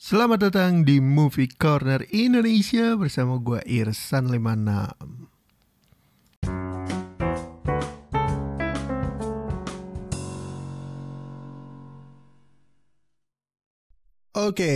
Selamat datang di Movie Corner Indonesia bersama gue Irsan 56. Oke,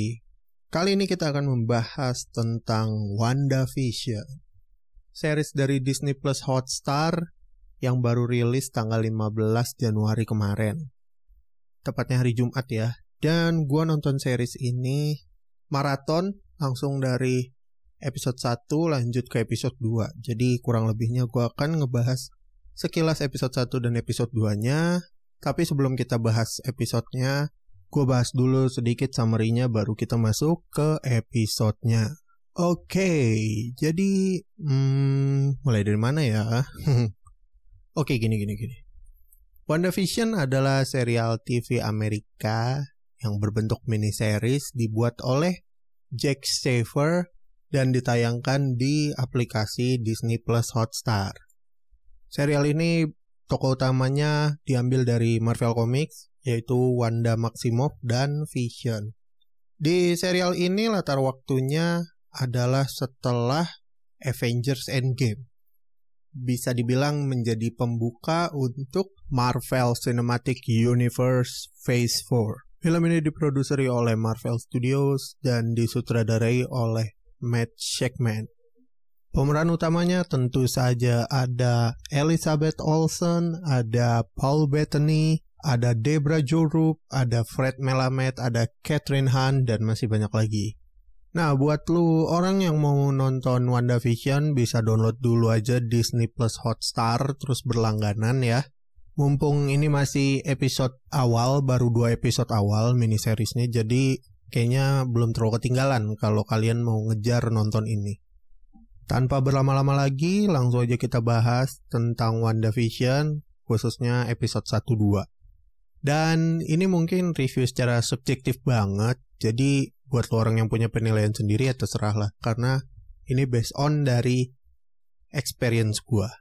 kali ini kita akan membahas tentang WandaVision, series dari Disney Plus Hotstar yang baru rilis tanggal 15 Januari kemarin. Tepatnya hari Jumat ya. Dan gue nonton series ini maraton langsung dari episode 1 lanjut ke episode 2. Jadi kurang lebihnya gue akan ngebahas sekilas episode 1 dan episode 2-nya. Tapi sebelum kita bahas episodenya, gue bahas dulu sedikit summary-nya baru kita masuk ke episodenya. Oke, jadi mulai dari mana ya? Oke, gini. WandaVision adalah serial TV Amerika yang berbentuk miniseries dibuat oleh Jack Schaefer dan ditayangkan di aplikasi Disney Plus Hotstar. Serial ini tokoh utamanya diambil dari Marvel Comics, yaitu Wanda Maximoff dan Vision. Di serial ini latar waktunya adalah setelah Avengers Endgame. Bisa dibilang menjadi pembuka untuk Marvel Cinematic Universe Phase 4. Film ini diproduseri oleh Marvel Studios dan disutradarai oleh Matt Shakman. Pemeran utamanya tentu saja ada Elizabeth Olsen, ada Paul Bettany, ada Debra Jo Rupp, ada Fred Melamed, ada Catherine Hahn, dan masih banyak lagi. Nah, buat lu orang yang mau nonton WandaVision bisa download dulu aja Disney Plus Hotstar terus berlangganan ya. Mumpung ini masih episode awal, baru 2 episode awal miniseriesnya, jadi kayaknya belum terlalu ketinggalan kalau kalian mau ngejar nonton ini. Tanpa berlama-lama lagi, langsung aja kita bahas tentang WandaVision, khususnya episode 1-2. Dan ini mungkin review secara subjektif banget, jadi buat lo orang yang punya penilaian sendiri ya terserah lah, karena ini based on dari experience gua.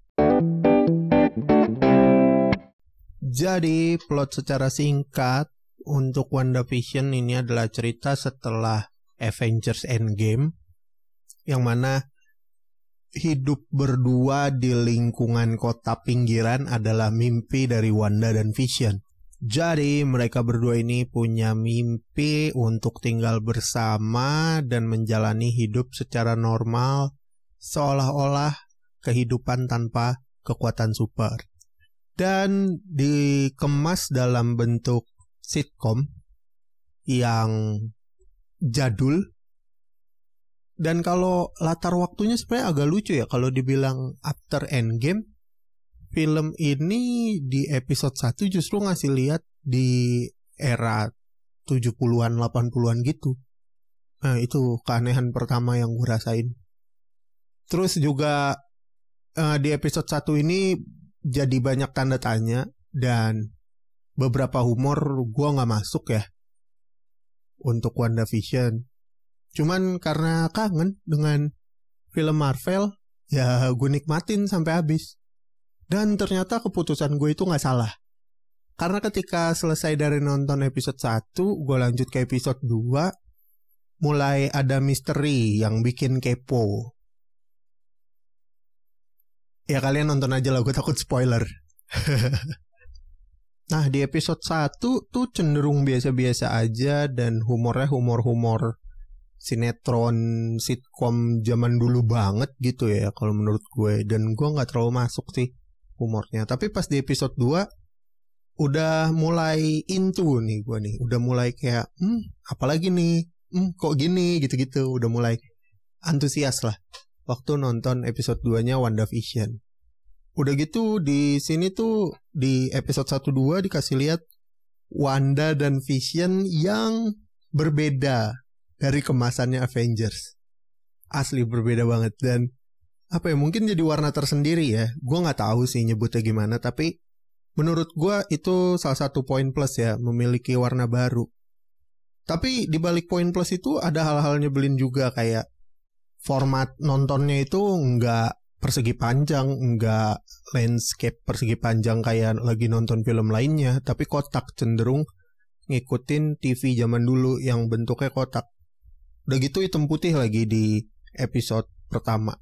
Jadi plot secara singkat untuk WandaVision ini adalah cerita setelah Avengers Endgame, yang mana hidup berdua di lingkungan kota pinggiran adalah mimpi dari Wanda dan Vision. Jadi mereka berdua ini punya mimpi untuk tinggal bersama dan menjalani hidup secara normal, seolah-olah kehidupan tanpa kekuatan super. Dan dikemas dalam bentuk sitcom yang jadul. Dan kalau latar waktunya sebenarnya agak lucu ya. Kalau dibilang after Endgame, film ini di episode 1 justru ngasih lihat di era 70-an, 80-an gitu. Nah, itu keanehan pertama yang gue rasain. Terus juga di episode 1 ini jadi banyak tanda tanya dan beberapa humor gue gak masuk ya untuk WandaVision. Cuman karena kangen dengan film Marvel, ya gue nikmatin sampai habis. Dan ternyata keputusan gue itu gak salah. Karena ketika selesai dari nonton episode 1, gue lanjut ke episode 2, mulai ada misteri yang bikin kepo. Ya kalian nonton aja lah, gue takut spoiler. Nah, di episode 1 tuh cenderung biasa-biasa aja dan humornya humor-humor sinetron, sitcom zaman dulu banget gitu ya kalau menurut gue. Dan gue gak terlalu masuk sih humornya. Tapi pas di episode 2 udah mulai into nih gue nih. Udah mulai kayak apalagi nih, kok gini gitu-gitu. Udah mulai antusias lah waktu nonton episode 2-nya WandaVision. Udah gitu di sini tuh di episode 1-2 dikasih lihat Wanda dan Vision yang berbeda dari kemasannya Avengers. Asli berbeda banget. Dan apa ya, mungkin jadi warna tersendiri ya. Gue gak tahu sih nyebutnya gimana, tapi menurut gue itu salah satu poin plus ya, memiliki warna baru. Tapi di balik poin plus itu ada hal-hal nyebelin juga, kayak format nontonnya itu nggak persegi panjang, nggak landscape persegi panjang kayak lagi nonton film lainnya, tapi kotak, cenderung ngikutin TV zaman dulu yang bentuknya kotak. Udah gitu hitam putih lagi di episode pertama.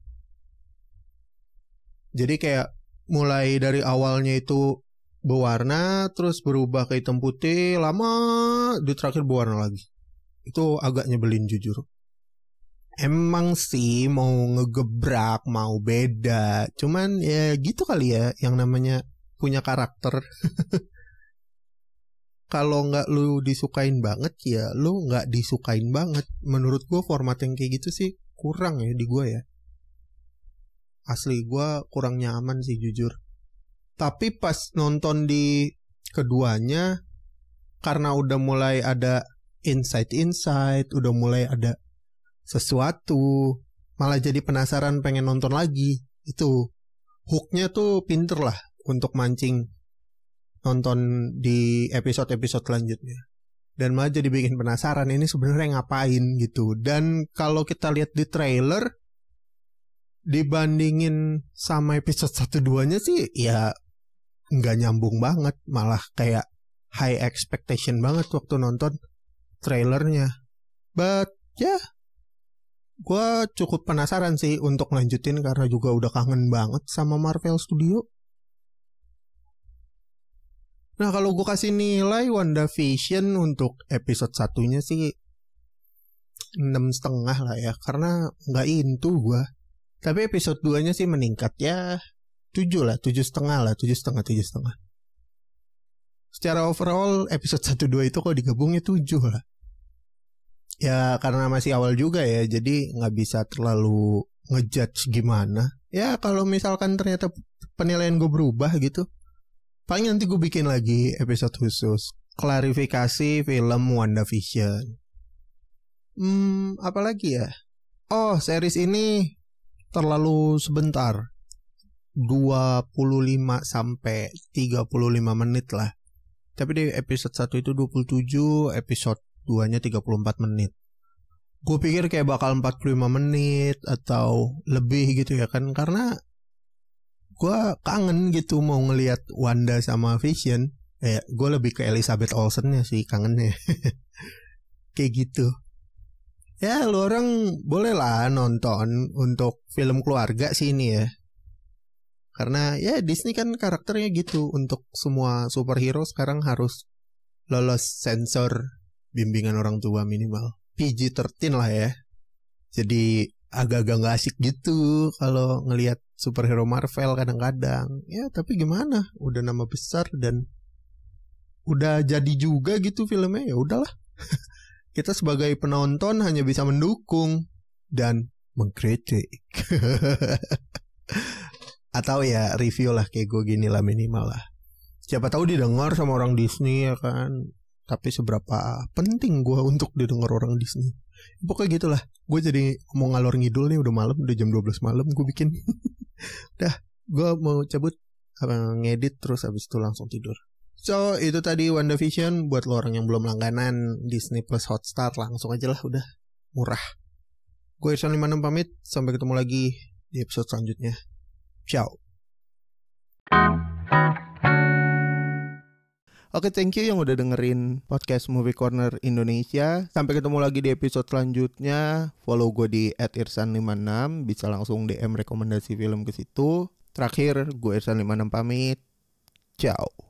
Jadi kayak mulai dari awalnya itu berwarna, terus berubah ke hitam putih, lama di terakhir berwarna lagi. Itu agak nyebelin jujur. Emang sih mau ngegebrak, mau beda, cuman ya gitu kali ya yang namanya punya karakter. Kalau nggak lu disukain banget ya lu nggak disukain banget. Menurut gue format yang kayak gitu sih kurang ya di gue ya. Asli gue kurang nyaman sih jujur. Tapi pas nonton di keduanya, karena udah mulai ada insight, udah mulai ada sesuatu, malah jadi penasaran pengen nonton lagi. Itu hooknya tuh pinter lah untuk mancing nonton di episode-episode selanjutnya. Dan malah jadi bikin penasaran ini sebenarnya ngapain gitu. Dan kalau kita lihat di trailer, dibandingin sama episode 1-2-nya sih ya nggak nyambung banget, malah kayak high expectation banget waktu nonton trailernya. But ya, gue cukup penasaran sih untuk lanjutin karena juga udah kangen banget sama Marvel Studio. Nah kalau gue kasih nilai WandaVision untuk episode 1-nya sih 6,5 lah ya, karena nggak into gue. Tapi episode 2-nya sih meningkat ya 7 lah, 7,5 lah, 7,5. Secara overall episode 1-2 itu kalau digabungnya 7 lah. Ya karena masih awal juga ya, jadi gak bisa terlalu ngejudge gimana. Ya kalau misalkan ternyata penilaian gue berubah gitu, paling nanti gue bikin lagi episode khusus klarifikasi film WandaVision. Apalagi ya? Oh, series ini terlalu sebentar. 25 sampai 35 menit lah. Tapi di episode 1 itu 27, episode 2-nya 34 menit. Gue pikir kayak bakal 45 menit atau lebih gitu ya kan, karena gue kangen gitu mau ngelihat Wanda sama Vision. Gue lebih ke Elizabeth Olsen-nya sih kangennya. Kayak gitu. Ya lu orang boleh lah nonton untuk film keluarga sih ini ya. Karena ya Disney kan karakternya gitu. Untuk semua superhero sekarang harus lolos sensor bimbingan orang tua minimal PG-13 lah ya. Jadi agak-agak gak asik gitu kalau ngelihat superhero Marvel kadang-kadang. Ya tapi gimana, udah nama besar dan udah jadi juga gitu filmnya, ya udahlah. Kita sebagai penonton hanya bisa mendukung dan mengkritik. Atau ya review lah kayak gue gini lah minimal lah. Siapa tahu didengar sama orang Disney ya kan. Tapi seberapa penting gue untuk didengar orang Disney. Pokoknya gitulah. Gue jadi mau ngalor ngidul nih, udah malam, udah jam 12 malam gue bikin. Dah, gue mau cabut, ngedit terus habis itu langsung tidur. So itu tadi WandaVision. Buat lo orang yang belum langganan Disney Plus Hotstar, langsung aja lah, udah murah. Gue Irsan 56 pamit. Sampai ketemu lagi di episode selanjutnya. Ciao. Oke, thank you yang udah dengerin podcast Movie Corner Indonesia. Sampai ketemu lagi di episode selanjutnya. Follow gue di @irsan56. Bisa langsung DM rekomendasi film ke situ. Terakhir, gue Irsan56 pamit. Ciao.